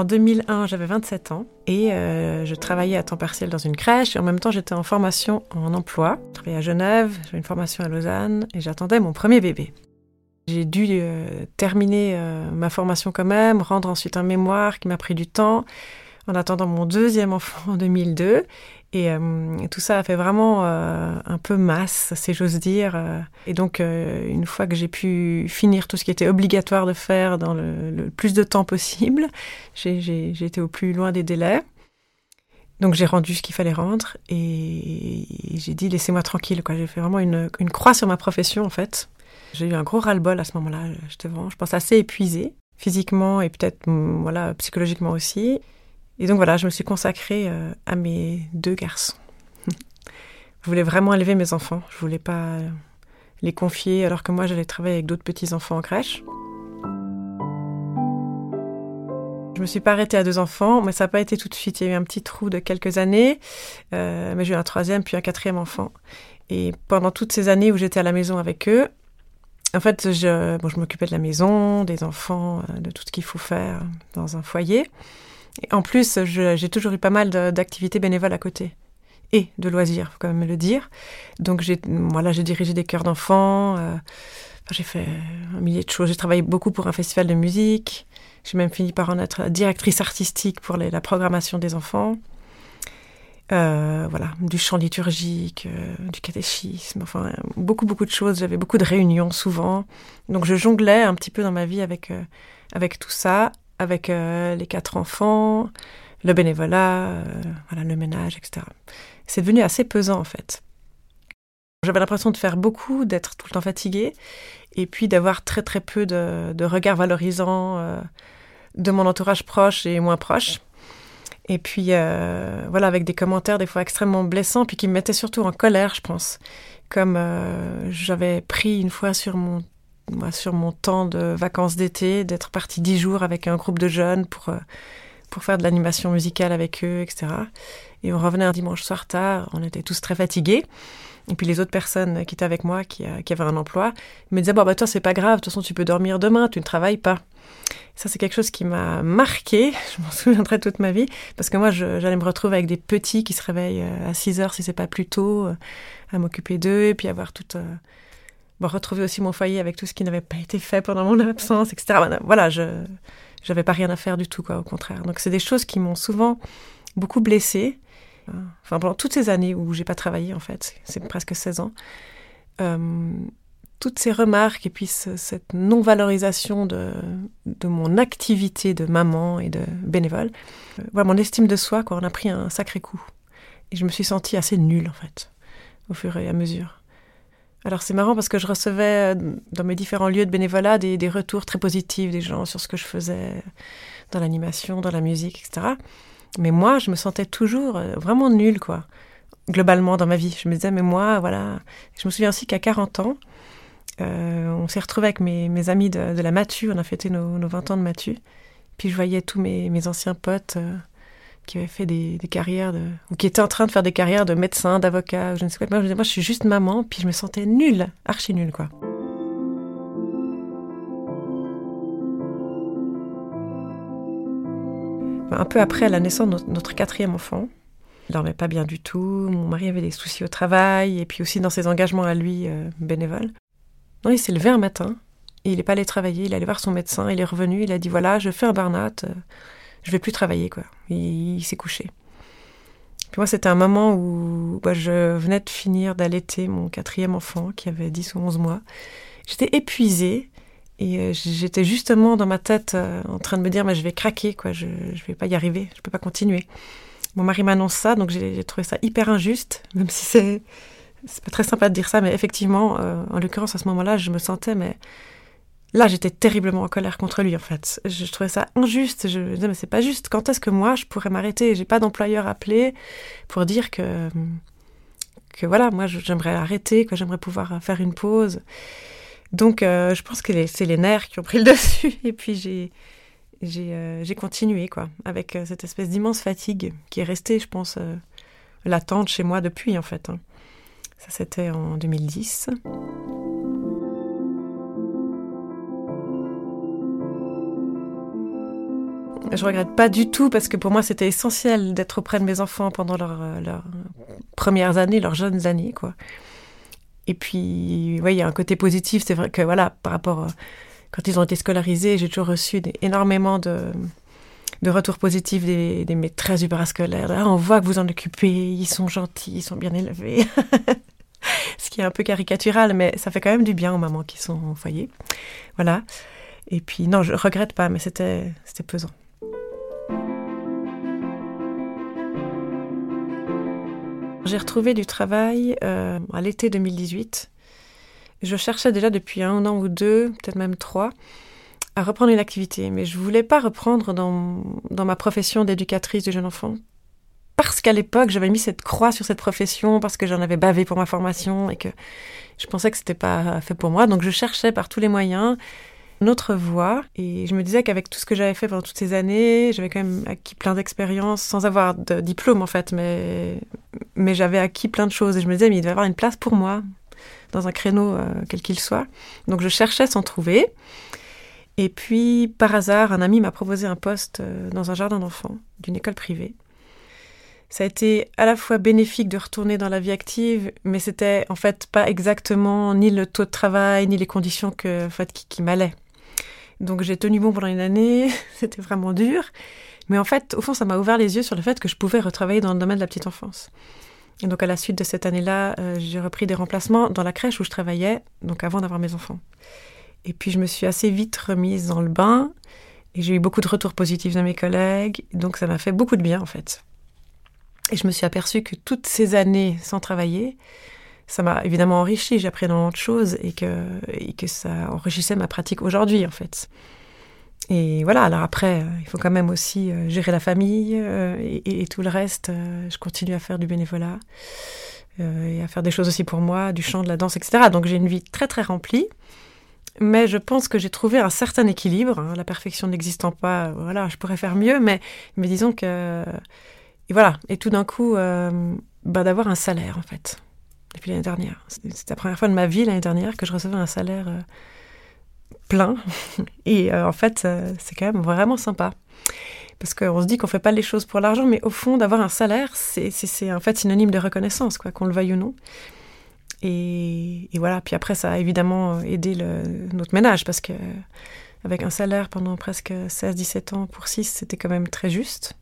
En 2001, j'avais 27 ans et je travaillais à temps partiel dans une crèche et en même temps, j'étais en formation en emploi. Je travaillais à Genève, j'avais une formation à Lausanne et j'attendais mon premier bébé. J'ai dû terminer ma formation quand même, rendre ensuite un mémoire qui m'a pris du temps en attendant mon deuxième enfant en 2002. Et tout ça a fait vraiment un peu masse, si j'ose dire. Et donc, une fois que j'ai pu finir tout ce qui était obligatoire de faire dans le plus de temps possible, j'ai été au plus loin des délais. Donc, j'ai rendu ce qu'il fallait rendre et j'ai dit, laissez-moi tranquille, quoi. J'ai fait vraiment une croix sur ma profession, en fait. J'ai eu un gros ras-le-bol à ce moment-là. J'étais vraiment, je pense, assez épuisée, physiquement et peut-être voilà, psychologiquement aussi. Et donc voilà, je me suis consacrée à mes 2 garçons. Je voulais vraiment élever mes enfants. Je voulais pas les confier alors que moi j'allais travailler avec d'autres petits-enfants en crèche. Je me suis pas arrêtée à 2 enfants, mais ça n'a pas été tout de suite. Il y a eu un petit trou de quelques années, mais j'ai eu un 3e puis un 4e enfant. Et pendant toutes ces années où j'étais à la maison avec eux, en fait, je m'occupais de la maison, des enfants, de tout ce qu'il faut faire dans un foyer. Et en plus, j'ai toujours eu pas mal d'activités bénévoles à côté. Et de loisirs, il faut quand même le dire. Donc, j'ai dirigé des chœurs d'enfants. J'ai fait un millier de choses. J'ai travaillé beaucoup pour un festival de musique. J'ai même fini par en être directrice artistique pour la programmation des enfants. Du chant liturgique, du catéchisme. Enfin, beaucoup de choses. J'avais beaucoup de réunions, souvent. Donc, je jonglais un petit peu dans ma vie avec tout ça. Avec les 4 enfants, le bénévolat, le ménage, etc. C'est devenu assez pesant, en fait. J'avais l'impression de faire beaucoup, d'être tout le temps fatiguée, et puis d'avoir très très peu de regards valorisants de mon entourage proche et moins proche. Et puis, avec des commentaires des fois extrêmement blessants, puis qui me mettaient surtout en colère, je pense. Comme j'avais pris une fois sur mon temps de vacances d'été, d'être partie 10 jours avec un groupe de jeunes pour faire de l'animation musicale avec eux, etc. Et on revenait un dimanche soir tard, on était tous très fatigués. Et puis les autres personnes qui étaient avec moi, qui avaient un emploi, me disaient « toi, c'est pas grave, de toute façon, tu peux dormir demain, tu ne travailles pas. » Ça, c'est quelque chose qui m'a marquée, je m'en souviendrai toute ma vie, parce que moi, j'allais me retrouver avec des petits qui se réveillent à 6 heures, si c'est pas plus tôt, à m'occuper d'eux, et puis avoir toute... retrouver aussi mon foyer avec tout ce qui n'avait pas été fait pendant mon absence, etc. Voilà, j'avais pas rien à faire du tout, quoi, au contraire. Donc, c'est des choses qui m'ont souvent beaucoup blessée. Pendant toutes ces années où j'ai pas travaillé, en fait, c'est presque 16 ans, toutes ces remarques et puis cette non-valorisation de mon activité de maman et de bénévole, mon estime de soi, quoi, on a pris un sacré coup. Et je me suis sentie assez nulle, en fait, au fur et à mesure. Alors c'est marrant parce que je recevais dans mes différents lieux de bénévolat des retours très positifs des gens sur ce que je faisais dans l'animation, dans la musique, etc. Mais moi, je me sentais toujours vraiment nulle, quoi, globalement dans ma vie. Je me disais, mais moi, voilà... Je me souviens aussi qu'à 40 ans, on s'est retrouvés avec mes amis de la Matu, on a fêté nos 20 ans de Matu. Puis je voyais tous mes anciens potes... qui avaient fait des carrières ou qui étaient en train de faire des carrières de médecin, d'avocat, je ne sais quoi. Moi, je suis juste maman, puis je me sentais nulle, archi nulle, quoi. Un peu après la naissance de notre 4e enfant, il dormait pas bien du tout, mon mari avait des soucis au travail, et puis aussi dans ses engagements à lui, bénévoles. Non, il s'est levé un matin, et il n'est pas allé travailler, il est allé voir son médecin, il est revenu, il a dit, voilà, je fais un burn-out, je vais plus travailler, quoi. Il s'est couché. Puis moi, c'était un moment où je venais de finir d'allaiter mon 4e enfant, qui avait 10 ou 11 mois. J'étais épuisée, et j'étais justement dans ma tête en train de me dire, je vais craquer, quoi. Je vais pas y arriver, je peux pas continuer. Mon mari m'annonce ça, donc j'ai trouvé ça hyper injuste, même si c'est pas très sympa de dire ça, mais effectivement, en l'occurrence, à ce moment-là, je me sentais, là, j'étais terriblement en colère contre lui, en fait. Je trouvais ça injuste. Je me disais, mais c'est pas juste. Quand est-ce que moi, je pourrais m'arrêter ? J'ai pas d'employeur appelé pour dire que voilà, moi, j'aimerais arrêter, que j'aimerais pouvoir faire une pause. Donc, je pense que c'est les nerfs qui ont pris le dessus. Et puis, j'ai continué, quoi, avec cette espèce d'immense fatigue qui est restée, je pense, latente chez moi depuis, en fait. Ça, c'était en 2010. Je regrette pas du tout parce que pour moi c'était essentiel d'être auprès de mes enfants pendant leurs premières années, leurs jeunes années, quoi. Et puis, il y a un côté positif, c'est vrai que voilà, par rapport quand ils ont été scolarisés, j'ai toujours reçu énormément de retours positifs des maîtresses du parascolaire. Là, on voit que vous en occupez, ils sont gentils, ils sont bien élevés. Ce qui est un peu caricatural, mais ça fait quand même du bien aux mamans qui sont au foyer. Voilà. Et puis, non, je regrette pas, mais c'était pesant. J'ai retrouvé du travail à l'été 2018. Je cherchais déjà depuis 1 an ou 2, peut-être même 3, à reprendre une activité. Mais je ne voulais pas reprendre dans ma profession d'éducatrice de jeunes enfants. Parce qu'à l'époque, j'avais mis cette croix sur cette profession, parce que j'en avais bavé pour ma formation et que je pensais que ce n'était pas fait pour moi. Donc je cherchais par tous les moyens une autre voie. Et je me disais qu'avec tout ce que j'avais fait pendant toutes ces années, j'avais quand même acquis plein d'expériences, sans avoir de diplôme en fait, mais j'avais acquis plein de choses. Et je me disais, mais il devait y avoir une place pour moi, dans un créneau quel qu'il soit. Donc je cherchais sans trouver. Et puis, par hasard, un ami m'a proposé un poste dans un jardin d'enfants d'une école privée. Ça a été à la fois bénéfique de retourner dans la vie active, mais c'était en fait pas exactement ni le taux de travail, ni les conditions qui m'allaient. Donc j'ai tenu bon pendant une année, c'était vraiment dur. Mais en fait, au fond, ça m'a ouvert les yeux sur le fait que je pouvais retravailler dans le domaine de la petite enfance. Et donc à la suite de cette année-là, j'ai repris des remplacements dans la crèche où je travaillais, donc avant d'avoir mes enfants. Et puis je me suis assez vite remise dans le bain, et j'ai eu beaucoup de retours positifs de mes collègues, donc ça m'a fait beaucoup de bien en fait. Et je me suis aperçue que toutes ces années sans travailler, ça m'a évidemment enrichi, j'ai appris énormément de choses et que ça enrichissait ma pratique aujourd'hui, en fait. Et voilà, alors après, il faut quand même aussi gérer la famille et tout le reste. Je continue à faire du bénévolat et à faire des choses aussi pour moi, du chant, de la danse, etc. Donc j'ai une vie très très remplie. Mais je pense que j'ai trouvé un certain équilibre. Hein, la perfection n'existant pas, voilà, je pourrais faire mieux, mais disons que... Et voilà, et tout d'un coup, d'avoir un salaire, en fait. Depuis l'année dernière. C'était la première fois de ma vie, l'année dernière, que je recevais un salaire plein. Et en fait, c'est quand même vraiment sympa. Parce qu'on se dit qu'on ne fait pas les choses pour l'argent, mais au fond, d'avoir un salaire, c'est en fait synonyme de reconnaissance, quoi, qu'on le veuille ou non. Et voilà, puis après, ça a évidemment aidé notre ménage, parce qu'avec un salaire pendant presque 16-17 ans pour 6, c'était quand même très juste.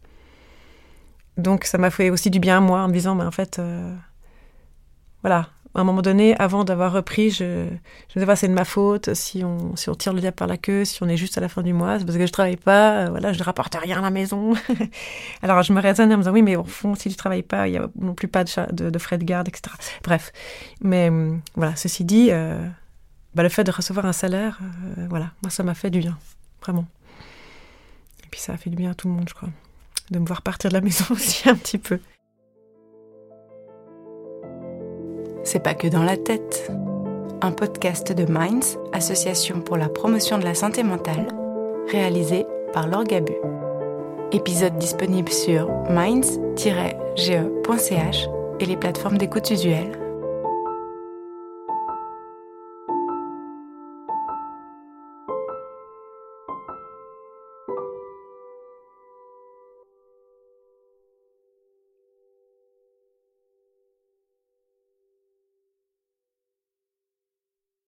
Donc ça m'a fait aussi du bien à moi, en me disant, mais en fait... Voilà, à un moment donné, avant d'avoir repris, je me disais, c'est de ma faute, si on tire le diable par la queue, si on est juste à la fin du mois, c'est parce que je travaille pas, voilà, je ne rapporte rien à la maison. Alors je me raisonnais en me disant, oui, mais au fond, si tu ne travailles pas, il n'y a non plus pas de frais de garde, etc. Bref, mais voilà, ceci dit, le fait de recevoir un salaire, voilà, moi ça m'a fait du bien, vraiment. Et puis ça a fait du bien à tout le monde, je crois, de me voir partir de la maison aussi un petit peu. C'est pas que dans la tête. Un podcast de Minds, association pour la promotion de la santé mentale, réalisé par Laure Gabu. Épisode disponible sur minds-ge.ch et les plateformes d'écoute usuelles.